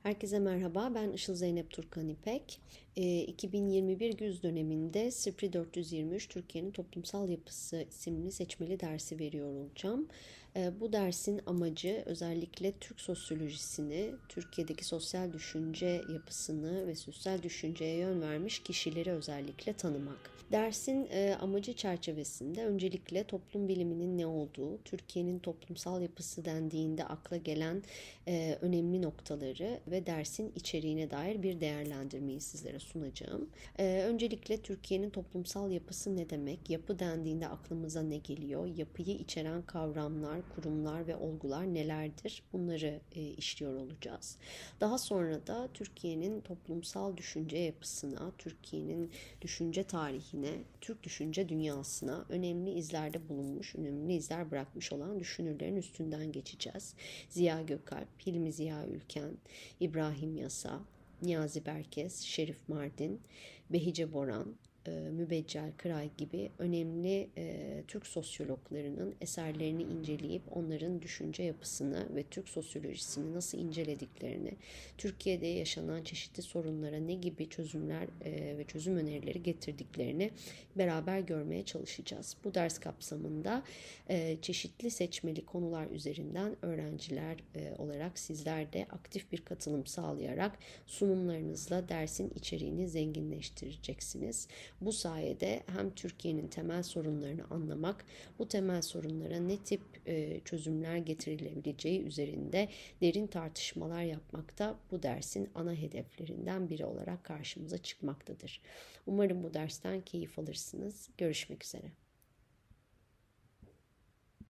Herkese merhaba, ben Işıl Zeynep Turkan İpek. 2021 güz döneminde SIPRI 423 Türkiye'nin Toplumsal Yapısı isimli seçmeli dersi veriyor olacağım. Bu dersin amacı özellikle Türk sosyolojisini, Türkiye'deki sosyal düşünce yapısını ve sosyal düşünceye yön vermiş kişileri özellikle tanımak. Dersin amacı çerçevesinde öncelikle toplum biliminin ne olduğu, Türkiye'nin toplumsal yapısı dendiğinde akla gelen önemli noktaları ve dersin içeriğine dair bir değerlendirmeyi sizlere sunacağım. Öncelikle Türkiye'nin toplumsal yapısı ne demek? Yapı dendiğinde aklımıza ne geliyor? Yapıyı içeren kavramlar, kurumlar ve olgular nelerdir? Bunları işliyor olacağız. Daha sonra da Türkiye'nin toplumsal düşünce yapısına, Türkiye'nin düşünce tarihine, Türk düşünce dünyasına önemli izlerde bulunmuş, önemli izler bırakmış olan düşünürlerin üstünden geçeceğiz. Ziya Gökalp, Hilmi Ziya Ülken, İbrahim Yasa, Niyazi Berkes, Şerif Mardin, Behice Boran, Mübeccel Kıray gibi önemli Türk sosyologlarının eserlerini inceleyip onların düşünce yapısını ve Türk sosyolojisini nasıl incelediklerini, Türkiye'de yaşanan çeşitli sorunlara ne gibi çözümler ve çözüm önerileri getirdiklerini beraber görmeye çalışacağız. Bu ders kapsamında çeşitli seçmeli konular üzerinden öğrenciler olarak sizler de aktif bir katılım sağlayarak sunumlarınızla dersin içeriğini zenginleştireceksiniz. Bu sayede hem Türkiye'nin temel sorunlarını anlamak, bu temel sorunlara ne tip çözümler getirilebileceği üzerinde derin tartışmalar yapmak da bu dersin ana hedeflerinden biri olarak karşımıza çıkmaktadır. Umarım bu dersten keyif alırsınız. Görüşmek üzere.